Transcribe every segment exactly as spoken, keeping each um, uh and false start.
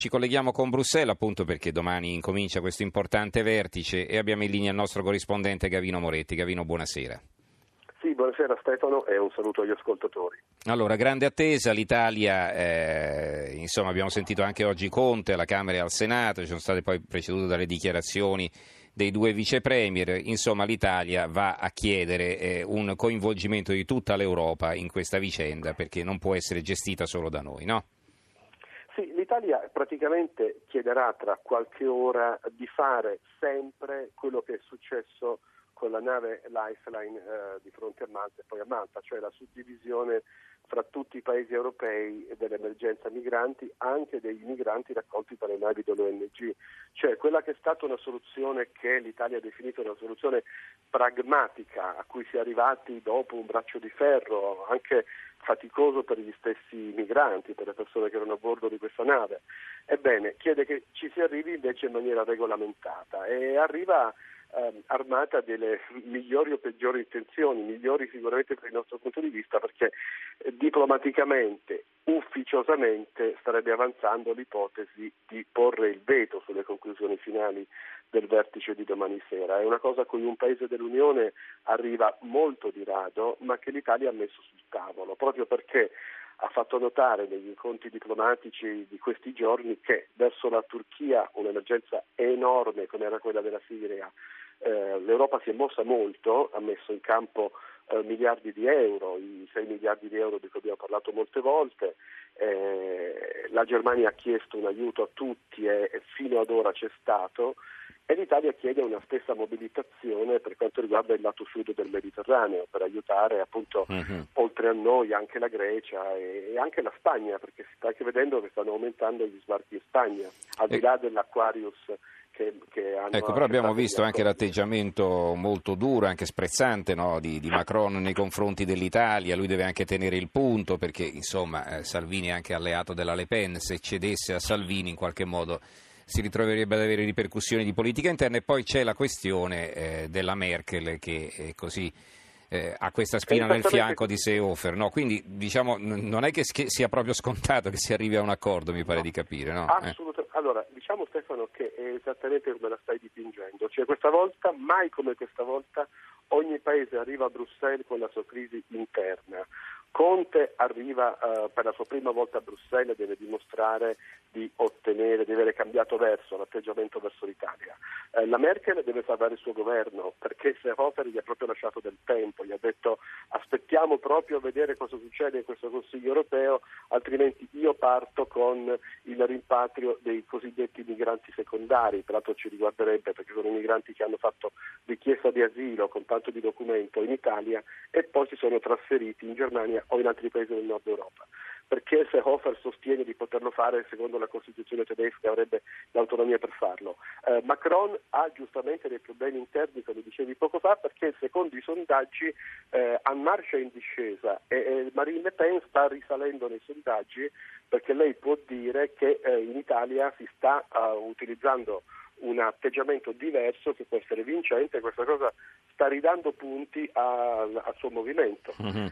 Ci colleghiamo con Bruxelles appunto perché domani incomincia questo importante vertice e abbiamo in linea il nostro corrispondente Gavino Moretti. Gavino, buonasera. Sì, buonasera Stefano e un saluto agli ascoltatori. Allora, grande attesa, l'Italia, eh, insomma abbiamo sentito anche oggi Conte alla Camera e al Senato, ci sono state poi precedute dalle dichiarazioni dei due vice premier, insomma l'Italia va a chiedere eh, un coinvolgimento di tutta l'Europa in questa vicenda perché non può essere gestita solo da noi, no? Sì, l'Italia praticamente chiederà tra qualche ora di fare sempre quello che è successo con la nave Lifeline eh, di fronte a Malta e poi a Malta, cioè la suddivisione fra tutti i paesi europei dell'emergenza migranti, anche dei migranti raccolti dalle navi dell'O N G, cioè quella che è stata una soluzione che l'Italia ha definito una soluzione pragmatica a cui si è arrivati dopo un braccio di ferro, anche faticoso per gli stessi migranti, per le persone che erano a bordo di questa nave. Ebbene, chiede che ci si arrivi invece in maniera regolamentata e arriva eh, armata delle migliori o peggiori intenzioni, migliori sicuramente per il nostro punto di vista perché eh, diplomaticamente, ufficiosamente starebbe avanzando l'ipotesi di porre il veto sulle conclusioni finali del vertice di domani sera. È una cosa a cui un paese dell'Unione arriva molto di rado, ma che l'Italia ha messo sul tavolo, proprio perché ha fatto notare negli incontri diplomatici di questi giorni che verso la Turchia, un'emergenza enorme come era quella della Siria, eh, l'Europa si è mossa molto, ha messo in campo eh, miliardi di euro, i sei miliardi di euro di cui abbiamo parlato molte volte, eh, la Germania ha chiesto un aiuto a tutti e, e fino ad ora c'è stato, e l'Italia chiede una stessa mobilitazione per quanto riguarda il lato sud del Mediterraneo per aiutare appunto uh-huh. oltre a noi anche la Grecia e, e anche la Spagna, perché si sta anche vedendo che stanno aumentando gli sbarchi in Spagna, al di là dell'Aquarius che, che hanno... Ecco, però abbiamo visto anche l'atteggiamento molto duro, anche sprezzante, no, di, di Macron nei confronti dell'Italia. Lui deve anche tenere il punto perché insomma eh, Salvini è anche alleato della Le Pen, se cedesse a Salvini in qualche modo si ritroverebbe ad avere ripercussioni di politica interna. E poi c'è la questione eh, della Merkel che è così eh, ha questa spina nel fianco di Seehofer, no? Quindi diciamo n- non è che sia proprio scontato che si arrivi a un accordo, mi pare no, di capire, no? Assolutamente. Eh. Allora, diciamo Stefano che è esattamente come la stai dipingendo, cioè questa volta, mai come questa volta, ogni paese arriva a Bruxelles con la sua crisi interna. Conte arriva uh, per la sua prima volta a Bruxelles e deve dimostrare di ottenere, di avere cambiato verso l'atteggiamento verso l'Italia. Eh, la Merkel deve salvare il suo governo perché Seehofer gli ha proprio lasciato del tempo, gli ha detto aspettiamo proprio a vedere cosa succede in questo Consiglio europeo, altrimenti io parto con il rimpatrio dei cosiddetti migranti secondari, peraltro ci riguarderebbe perché sono i migranti che hanno fatto richiesta di asilo con tanto di documento in Italia e poi si sono trasferiti in Germania o in altri paesi del nord Europa, perché Seehofer sostiene di poterlo fare secondo la Costituzione tedesca e avrebbe l'autonomia per farlo. Eh, Macron ha giustamente dei problemi interni, come dicevi poco fa, perché secondo i sondaggi eh, a marcia in discesa e, e Marine Le Pen sta risalendo nei sondaggi perché lei può dire che eh, in Italia si sta uh, utilizzando un atteggiamento diverso che può essere vincente, e questa cosa sta ridando punti al, al suo movimento. Mm-hmm.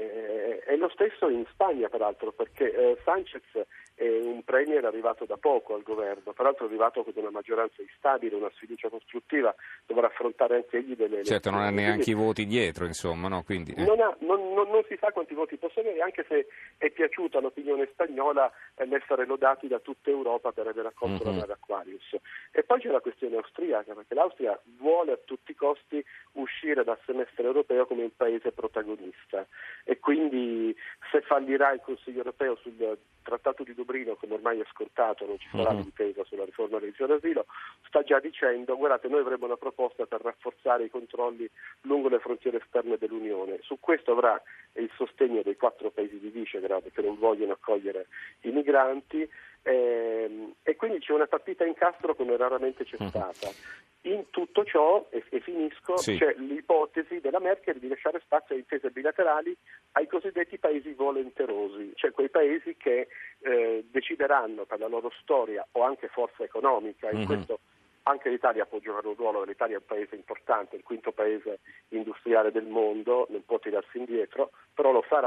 È lo stesso in Spagna peraltro perché eh, Sánchez è un premier arrivato da poco al governo, peraltro è arrivato con una maggioranza instabile, una sfiducia costruttiva, dovrà affrontare anche egli delle elezioni. Certo, non ha neanche i voti dietro, insomma, no? Quindi, eh. non, ha, non, non, non si sa quanti voti possa avere, anche se è piaciuta all'opinione spagnola eh, l'essere lodati da tutta Europa per aver accolto mm-hmm. la nave Aquarius. E poi c'è la questione austriaca, perché l'Austria vuole a tutti i costi uscire dal semestre europeo come un paese protagonista e quindi se fallirà il Consiglio europeo sul Trattato di Dublino, come ormai è scontato, non ci sarà uh-huh. difesa sulla riforma del diritto d'asilo, sta già dicendo guardate noi avremo una proposta per rafforzare i controlli lungo le frontiere esterne dell'Unione. Su questo avrà il sostegno dei quattro paesi di Visegrad che non vogliono accogliere i migranti ehm, e quindi c'è una partita in castro come raramente c'è stata. In tutto ciò, e, e finisco, sì. c'è l'ipotesi della Merkel di lasciare spazio a intese bilaterali ai cosiddetti paesi volenterosi, cioè quei paesi che eh, decideranno per la loro storia o anche forza economica, in mm-hmm. questo anche l'Italia può giocare un ruolo, l'Italia è un paese importante, il quinto paese industriale del mondo, non può tirarsi indietro, però lo farà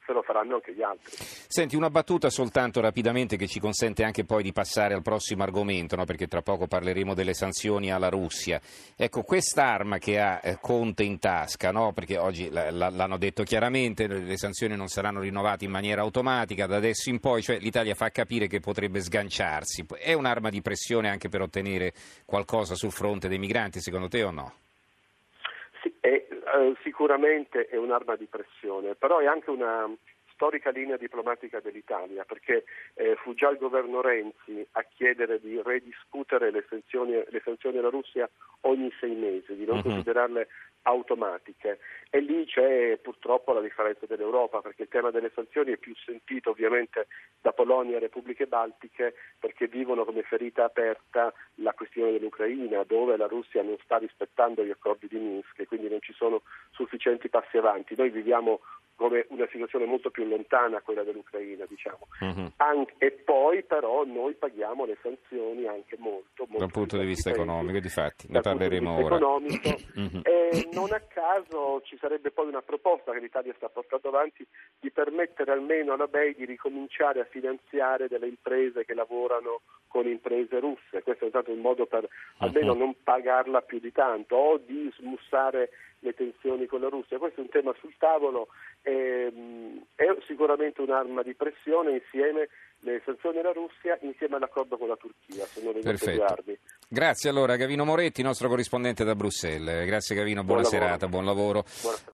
se lo faranno anche gli altri. Senti, una battuta soltanto rapidamente che ci consente anche poi di passare al prossimo argomento, no? Perché tra poco parleremo delle sanzioni alla Russia. Ecco, quest'arma che ha eh, Conte in tasca, no? Perché oggi l- l- l'hanno detto chiaramente, le sanzioni non saranno rinnovate in maniera automatica da adesso in poi, cioè l'Italia fa capire che potrebbe sganciarsi. È un'arma di pressione anche per ottenere qualcosa sul fronte dei migranti, secondo te o no? Sì, è, eh, sicuramente è un'arma di pressione, però è anche una storica linea diplomatica dell'Italia, perché eh, fu già il governo Renzi a chiedere di rediscutere le sanzioni, le sanzioni alla Russia ogni sei mesi, di non uh-huh. considerarle automatiche, e lì c'è purtroppo la differenza dell'Europa, perché il tema delle sanzioni è più sentito ovviamente da Polonia e Repubbliche Baltiche, perché vivono come ferita aperta la questione dell'Ucraina, dove la Russia non sta rispettando gli accordi di Minsk e quindi non ci sono sufficienti passi avanti. Noi viviamo come una situazione molto più lontana a quella dell'Ucraina, diciamo. Uh-huh. Anche, e poi però noi paghiamo le sanzioni anche molto, molto dal punto di vista paesi, economico, difatti ne parleremo ora. Economico, uh-huh. E non a caso ci sarebbe poi una proposta che l'Italia sta portando avanti di permettere almeno alla B E I di ricominciare a finanziare delle imprese che lavorano con imprese russe. Questo è stato un modo per almeno uh-huh. non pagarla più di tanto o di smussare le tensioni con la Russia. Questo è un tema sul tavolo, ehm, è sicuramente un'arma di pressione insieme le sanzioni alla Russia insieme all'accordo con la Turchia, sono le nostre due armi. Grazie allora Gavino Moretti, nostro corrispondente da Bruxelles. Grazie Gavino, buona buon serata, buon lavoro. Buona